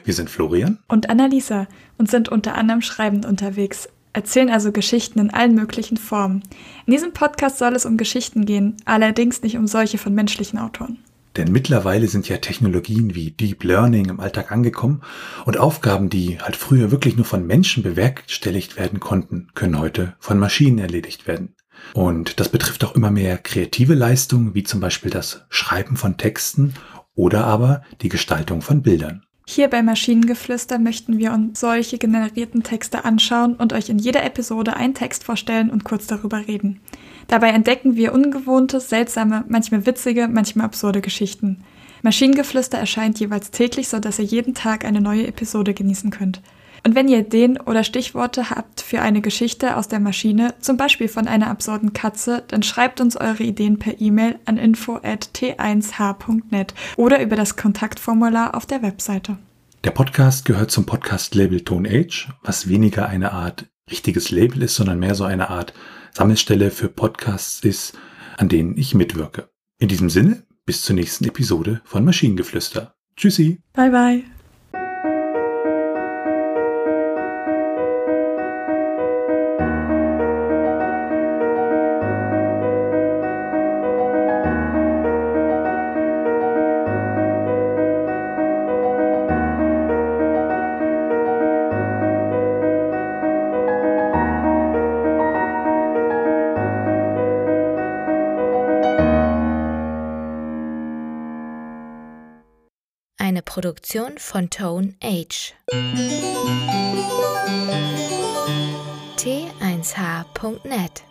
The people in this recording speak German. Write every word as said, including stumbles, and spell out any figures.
Wir sind Florian und Annalisa und sind unter anderem schreibend unterwegs, erzählen also Geschichten in allen möglichen Formen. In diesem Podcast soll es um Geschichten gehen, allerdings nicht um solche von menschlichen Autoren. Denn mittlerweile sind ja Technologien wie Deep Learning im Alltag angekommen und Aufgaben, die halt früher wirklich nur von Menschen bewerkstelligt werden konnten, können heute von Maschinen erledigt werden. Und das betrifft auch immer mehr kreative Leistungen, wie zum Beispiel das Schreiben von Texten oder aber die Gestaltung von Bildern. Hier bei Maschinengeflüster möchten wir uns solche generierten Texte anschauen und euch in jeder Episode einen Text vorstellen und kurz darüber reden. Dabei entdecken wir ungewohnte, seltsame, manchmal witzige, manchmal absurde Geschichten. Maschinengeflüster erscheint jeweils täglich, sodass ihr jeden Tag eine neue Episode genießen könnt. Und wenn ihr Ideen oder Stichworte habt für eine Geschichte aus der Maschine, zum Beispiel von einer absurden Katze, dann schreibt uns eure Ideen per E-Mail an info at t eins h punkt net oder über das Kontaktformular auf der Webseite. Der Podcast gehört zum Podcast-Label Tone Age, was weniger eine Art richtiges Label ist, sondern mehr so eine Art Sammelstelle für Podcasts ist, an denen ich mitwirke. In diesem Sinne, bis zur nächsten Episode von Maschinengeflüster. Tschüssi. Bye bye. Eine Produktion von Tone Age. t eins h punkt net